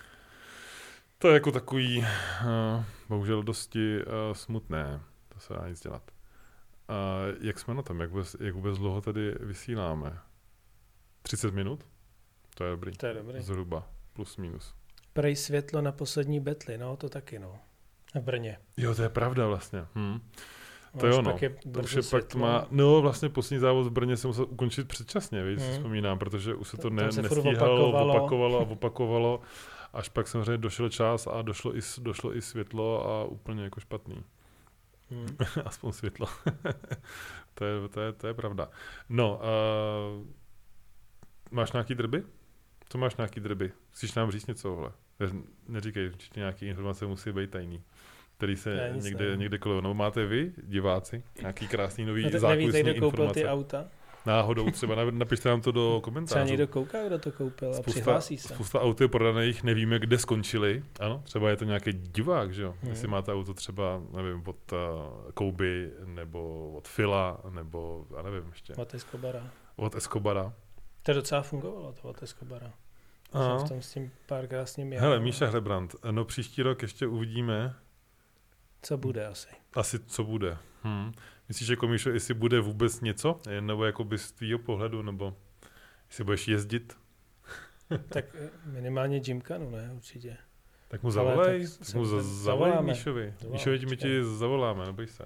To je jako takový, uh, bohužel dosti uh, smutné. To se dá nic dělat. Uh, jak jsme na tom? Jak vůbec, jak vůbec dlouho tady vysíláme? třicet minut? To je dobrý. To je dobrý. Zhruba. Plus minus. Prej světlo na poslední betli, no to taky, no. V Brně. Jo, to je pravda vlastně. Hm. To no, jo, no. To už je pak to má, no vlastně poslední závod v Brně se musel ukončit předčasně, víš, hmm. si vzpomínám, protože už se to ne, se nestíhalo, opakovalo. opakovalo a opakovalo, až pak samozřejmě došel čas a došlo i, došlo i světlo a úplně jako špatný. Hmm. Aspoň světlo. to, je, to, je, to je pravda. No, uh, máš nějaký drby? Co máš nějaký drby? Chceš nám říct něco, vole? Neříkej, určitě nějaké informace musí být tajný, který se někde, někde koluje. No máte vy, diváci, nějaký krásný nový no, zákulisní informace? Ty auta? Náhodou třeba, napište nám to do komentářů. Třeba někdo kouká, kdo to koupil a spousta, přihlásí se. Spousta aut je prodaných, nevíme, kde skončili. Ano, třeba je to nějaký divák, že jo? Hmm. Jestli máte auto třeba, nevím, od uh, Kouby, nebo od Fila, nebo, já nevím ještě. Od Escobara. Od Escobara. To docela fungovalo, to od Escobara. Jsem v tom s tím pár krásně měl. Hele, Míša Hrebrant, no příští rok ještě uvidíme. Co bude asi? Asi co bude. Hmm. Myslíš, jako Míšo, jestli bude vůbec něco? Nebo jako by z tvýho pohledu, nebo jestli budeš jezdit? Tak minimálně Gymkhanu, ne? Určitě. Tak mu zavolej, tak tak mu za, zavolej Míšovi. Míšovi my ti zavoláme, neboj se.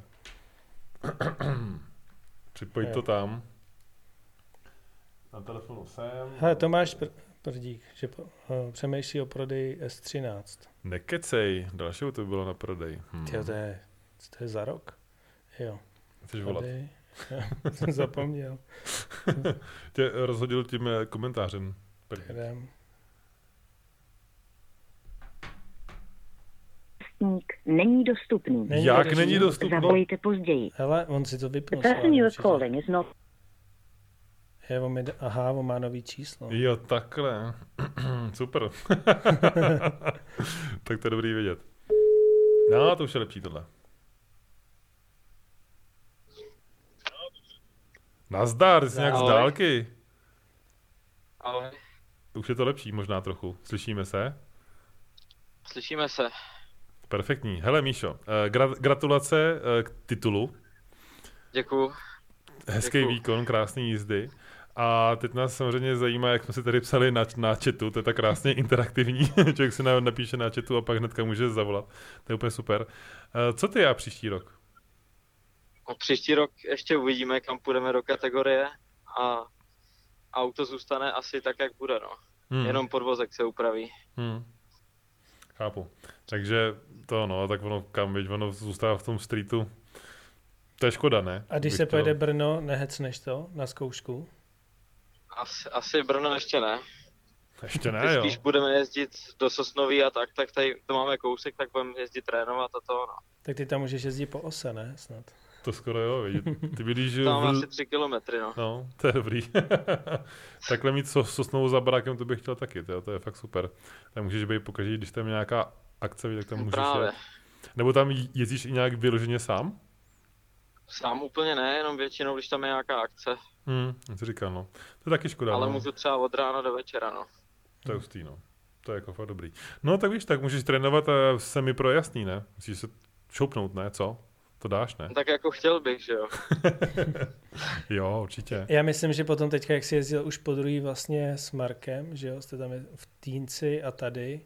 Připojď to tam. Na telefonu sem. Hele, Tomáš Pr- Prdík, že po, uh, přemýšlí o prodeji S třináct. Nekecej, dalšího to bylo na prodej. Hmm. Tyjo, to je, to je za rok. Jo. Chceš volat? Jsem zapomněl. Tě rozhodil tím komentářem. Není dostupný. Není Jak dostupný? Není dostupný? Zavolejte později. Hele, on si to vypnul. The person you are calling is not... Je, on mi, aha, on má nový číslo. Jo, takhle. Super. Tak to je dobrý vědět. No, to už je lepší tohle. Nazdar, jsi nějak z dálky. Ahoj. Už je to lepší možná trochu. Slyšíme se? Slyšíme se. Perfektní. Hele Míšo, gra- gratulace k titulu. Děkuju. Hezký Děkuju. výkon, krásný jízdy. A teď nás samozřejmě zajímá, jak jsme si tady psali na, na chatu, to je tak krásně interaktivní. Člověk si napíše na chatu a pak hnedka může zavolat. To je úplně super. Co ty a příští rok? No, příští rok ještě uvidíme, kam půjdeme do kategorie a auto zůstane asi tak, jak bude. No. Hmm. Jenom podvozek se upraví. Hmm. Chápu. Takže to no, tak ono kam, veď ono zůstává v tom streetu. To je škoda, ne? A když Bych se to... pojede Brno, nehecneš to na zkoušku? Asi, asi Brno ještě ne. Ještě ne, Když jo. Když budeme jezdit do Sosnoví a tak, tak tady to máme kousek, tak budeme jezdit trénovat a to, no. Tak ty tam můžeš jezdit po ose, ne? Snad. To skoro jo, vidíš. Ty bydlíš... Tam v... asi tři kilometry, no. No, to je dobrý. Takhle mít sos, sosnovou za barákem, to bych chtěl taky, to, to je fakt super. Tam můžeš být pokaždé, když tam je nějaká akce, tak tam můžeš... Právě. Jet. Nebo tam jezdíš i nějak vyloženě sám? Sám úplně ne, jenom většinou, když tam je nějaká akce. Hmm, to říkal, no. To je taky škoda. Ale no. můžu třeba od rána do večera, no. To je hustý, no. To je jako fakt dobrý. No tak víš, tak můžeš trénovat a semi pro jasný, ne? Musíš se šoupnout, ne? Co? To dáš, ne? Tak jako chtěl bych, že jo. Jo, určitě. Já myslím, že potom teďka, jak jsi jezdil už po druhý vlastně s Markem, že jo, jste tam v Týnci a tady,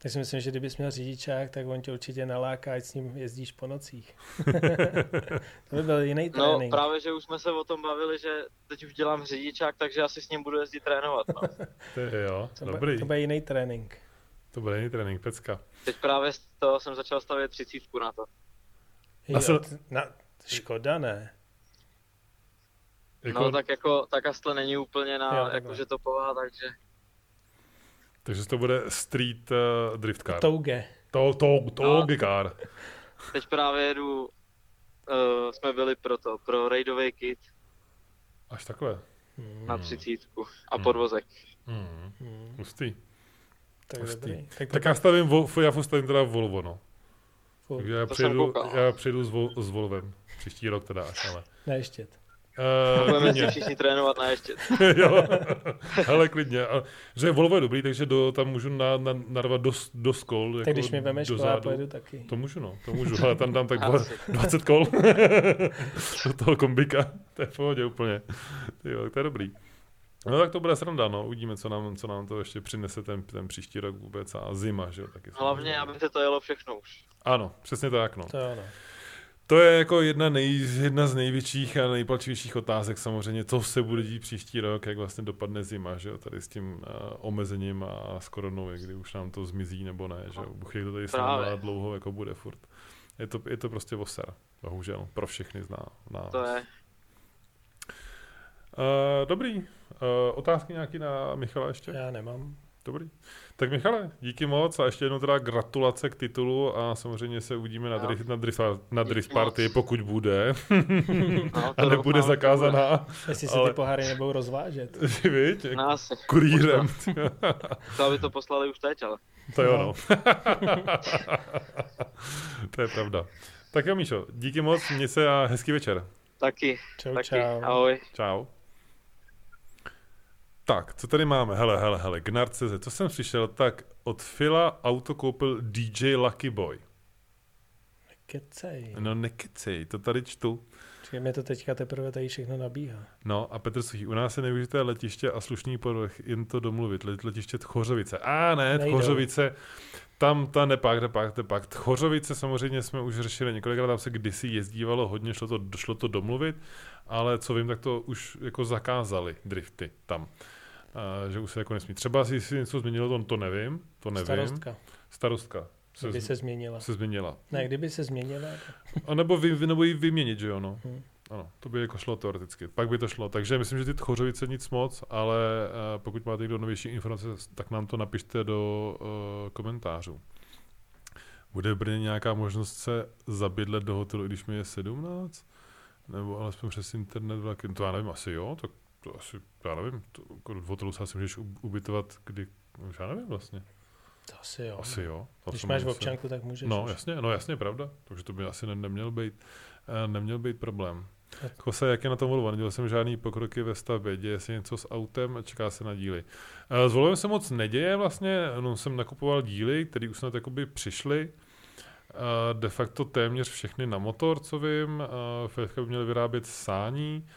Já si myslím, že kdybys měl řidičák, tak on tě určitě naláká, ať s ním jezdíš po nocích. To by byl jiný trénink. No právě, že už jsme se o tom bavili, že teď už dělám řidičák, takže asi s ním budu jezdit trénovat. No. To je jo, to dobrý. By, to bude jiný trénink. To bude jiný trénink, pecka. Teď právě z toho jsem začal stavět třicítku na to. Jo, se... na, škoda ne. Jako... No tak jako, ta kastle není úplně na, jo, jakože topová, takže... Takže to bude street uh, drift car. Touge. To, to, touge car. Teď právě jedu, uh, jsme byli pro to, pro raidový kit. Až takhle. Hmm. Na třicítku a podvozek. Hmm. Hmm. Hustý. Tak dobrý. Tak, tak já stavím, vo, já stavím teda Volvo, no. Furt. Takže já přijedu, já přijedu s, vol, s Volvem. Příští rok teda až, ale. Neještět. Uh, budeme si všichni trénovat na ještě. Jo, ale klidně. A, že Volvo je dobrý, takže do, tam můžu na, na, narvat do, do skol. Tak jako když mi vemeš kol, já pojedu taky. To můžu, no. To můžu, ale tam dám tak dvacet kol do toho kombika. To je v pohodě úplně. Jo, to je dobrý. No tak to bude sranda, no. Uvidíme, co nám, co nám to ještě přinese ten, ten příští rok vůbec a zima, že jo. Taky hlavně, aby se to jelo všechno už. Ano, přesně tak, no. To jo, no. To je jako jedna, nej, jedna z největších a nejpalčivějších otázek samozřejmě, co se bude dít příští rok, jak vlastně dopadne zima, že jo, tady s tím uh, omezením a s koronou, kdy už nám to zmizí nebo ne, že jo, Bůh to tady sám dlouho jako bude furt. Je to, je to prostě voser, bohužel, pro všechny z nás. To je. Uh, dobrý, uh, otázky nějaký na Michala ještě? Já nemám. Dobrý. Tak Michale, díky moc a ještě jednou teda gratulace k titulu a samozřejmě se uvidíme na, drift, na, drift, na drift party, pokud bude. No, a nebude zakázaná. Jestli se ale... ty poháry nebudou rozvážet. Víš, no, kurýrem. To aby to poslali už teď, ale. To jo, no. To je pravda. Tak jo, Míšo, díky moc, měj se a hezký večer. Taky. Čau, taky. čau. Ahoj. Čau. Tak, co tady máme? Hele, hele, hele, Gnard tečka cé zet. Co jsem slyšel? Tak od Phila auto koupil D J Lucky Boy. Nekecej. No nekecej, to tady čtu. Čekaj, mě to teďka teprve tady všechno nabíhá. No a Petr Suchý, u nás je nevyužité letiště a slušný povrch, jen to domluvit. Letiště Tchořovice. A ne, Nejdou. Tchořovice, tam ta nepak, nepak, nepak. Tchořovice samozřejmě jsme už řešili několikrát, tam se kdysi jezdívalo hodně, šlo to, šlo to domluvit, ale co vím, tak to už jako zakázali drifty tam. Uh, že už se jako nesmí. Třeba si, si něco změnilo, to, to nevím, to nevím. Starostka. Starostka. Se Kdyby se změnila. Se změnila. Ne, kdyby se změnila. A nebo, vy, nebo ji vyměnit, že jo, no. Hmm. Ano, to by jako šlo teoreticky. Pak by to šlo. Takže myslím, že ty Tchořovice nic moc, ale uh, pokud máte někdo novější informace, tak nám to napište do uh, komentářů. Bude v Brně nějaká možnost se zabydlet do hotelu, když mi je sedmnáct? Nebo alespoň přes internet vlaky? To já nevím, asi jo, tak to asi, já nevím, to, v hotelu se asi můžeš ubytovat, kdy, už já nevím vlastně. To asi jo. Asi jo. Když máš občanku, tak můžeš. No už. jasně, no jasně, pravda. Takže to by asi ne, neměl být, neměl být problém. Kose, jak je na tom Volvo? Nedělal jsem žádný pokroky ve stavbě, děje se něco s autem a čeká se na díly. S Volvem se moc neděje vlastně, no, jsem nakupoval díly, které už snad jakoby přišly. De facto téměř všechny na motor, co vím. F by měly vyrábět sání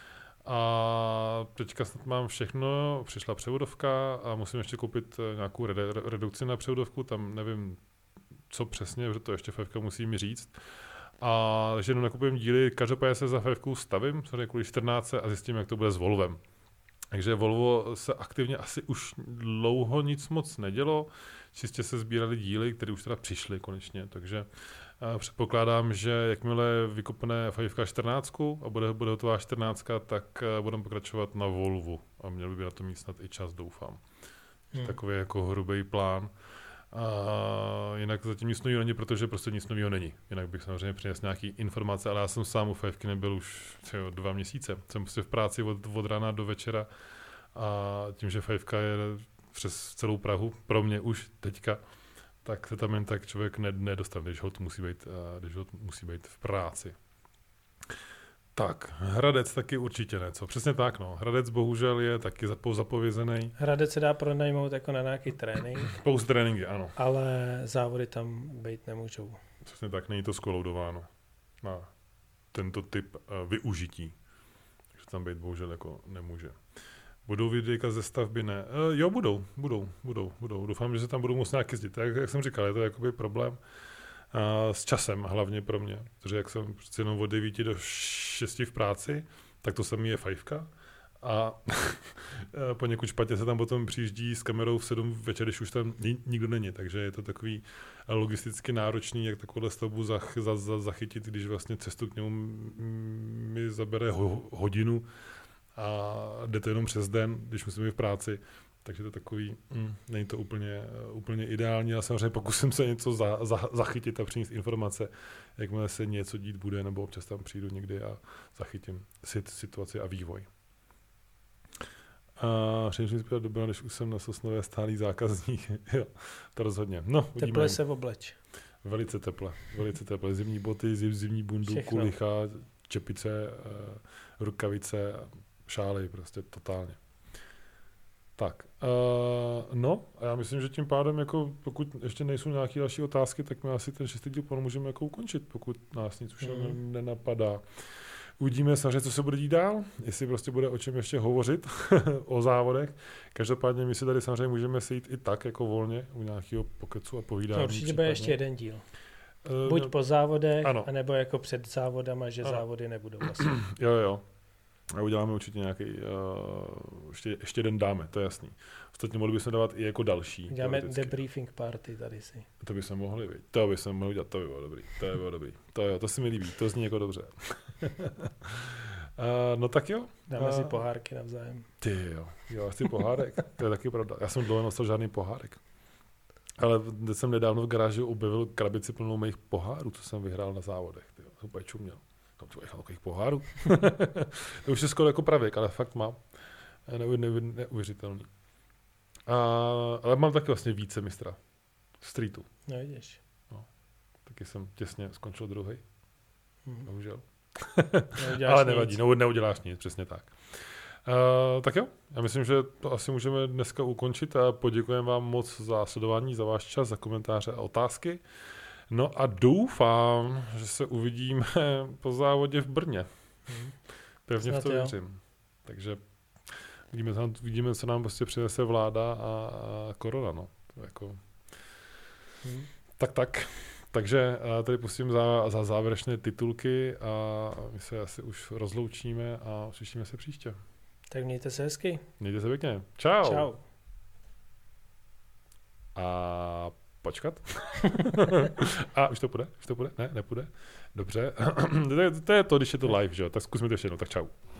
a teďka snad mám všechno, přišla převodovka a musím ještě koupit nějakou redu- redukci na převodovku, tam nevím, co přesně, že to ještě F musí mi říct. A takže jenom nakupím díly, každopádně se za F stavím, samozřejmě kvůli čtrnáct a zjistím, jak to bude s Volvem. Takže Volvo se aktivně asi už dlouho nic moc nedělo, čistě se sbíraly díly, které už teda přišly konečně, takže uh, předpokládám, že jakmile vykopne F čtrnáct a bude, bude hotová čtrnáct, tak uh, budeme pokračovat na Volvu a měl by na to mít snad i čas, doufám. Hmm. Takový jako hrubý plán. A jinak zatím nic nového není, protože prostě nic nového není. Jinak bych samozřejmě přinesl nějaký informace, ale já jsem sám u F nebyl už třeba dva měsíce. Jsem prostě v práci od, od rána do večera a tím, že F je přes celou Prahu, pro mě už teďka, tak se tam jen tak člověk nedostane, když ho musí být, když ho musí být v práci. Tak, Hradec taky určitě ne, co? Přesně tak, no. Hradec bohužel je taky zapovězený. Hradec se dá pronajmout jako na nějaký trénink. Pouze tréninky, ano. Ale závody tam být nemůžou. Přesně tak, není to skoloudováno na tento typ uh, využití. Takže tam být bohužel jako nemůže. Budou videjka ze stavby? Ne. E, jo, budou, budou, budou, budou. Doufám, že se tam budou muset nějak jezdit. Jak, jak jsem říkal, je to jakoby problém a s časem hlavně pro mě. Protože jak jsem přeci jenom od devíti do šesti v práci, tak to samý je fajfka. A poněkud špatně se tam potom přijíždí s kamerou v sedm večer, když už tam nikdo není. Takže je to takový logisticky náročný, jak takovou stavbu zach, za, za, zachytit, když vlastně cestu k němu mi zabere ho, hodinu a jde to jenom přes den, když musím být v práci. Takže to je takový, mm, není to úplně, úplně ideální, ale samozřejmě pokusím se něco za, za, zachytit a přinést informace, jakmile se něco dít bude, nebo občas tam přijdu někdy a zachytím situaci a vývoj. A přemýšlím si dobrá, když už jsem na Sosnové stálý zákazník. Jo, to rozhodně. No, teple se obleč. Velice teple, velice teple. Zimní boty, zim, zimní bundu, všechno. Kulicha, čepice, rukavice, šály, prostě totálně. Tak, uh, no a já myslím, že tím pádem, jako pokud ještě nejsou nějaké další otázky, tak my asi ten šestý díl můžeme jako ukončit, pokud nás nic už mm. nenapadá. Uvidíme samozřejmě, co se bude dít dál, jestli prostě bude o čem ještě hovořit, o závodech. Každopádně my si tady samozřejmě můžeme sejít i tak, jako volně, u nějakého pokecu a povídání. To určitě bude ještě jeden díl. Uh, Buď no, po závodech, ano. anebo jako před závodama, že ano. závody nebudou vlastně. Jo, jo. A uděláme určitě nějaký, uh, ještě, ještě jeden dáme, to je jasný. Ostatně mohli bychom dávat i jako další. Děláme debriefing party tady si. To by se mohli, vidět. To by se mohli udělat, to by bylo dobrý, to by bylo dobrý. To jo, to si mi líbí, to zní jako dobře. uh, no tak jo. Dáme uh, si pohárky navzájem. Ty jo, jo, asi pohárek, to je taky pravda. Já jsem dlouho nosil žádný pohárek. Ale teď jsem nedávno v garáži objevil krabici plnou mých pohárů, co jsem vyhrál na závodech. Ty jo, super čuměl. Tam třeba jechal takových pohárů. To už je skoro jako pravěk, ale fakt mám. Neuvěř, neuvěř, neuvěřitelný. A, ale mám taky vlastně více mistra. Streetu. No vidíš. No, taky jsem těsně skončil druhý. Mm. Bohužel. Ale nevadí, nic. Neuděláš nic, přesně tak. Uh, tak jo, já myslím, že to asi můžeme dneska ukončit a poděkujeme vám moc za sledování, za váš čas, za komentáře a otázky. No a doufám, že se uvidíme po závodě v Brně. Hmm. Pevně Snad v to jo. věřím. Takže vidíme, vidíme, co nám prostě přinese vláda a, a korona. No. Jako... Hmm. Tak, tak. Takže tady pustím za, za závěrečné titulky a my se asi už rozloučíme a slyšíme se příště. Tak mějte se hezky. Mějte se pěkně. Čau. Čau. A počkat. A už to půjde? Už to půjde? Ne, nepůjde? Dobře. to, je, to je to, když je to live, že jo? Tak zkusme to ještě jednou. Tak čau.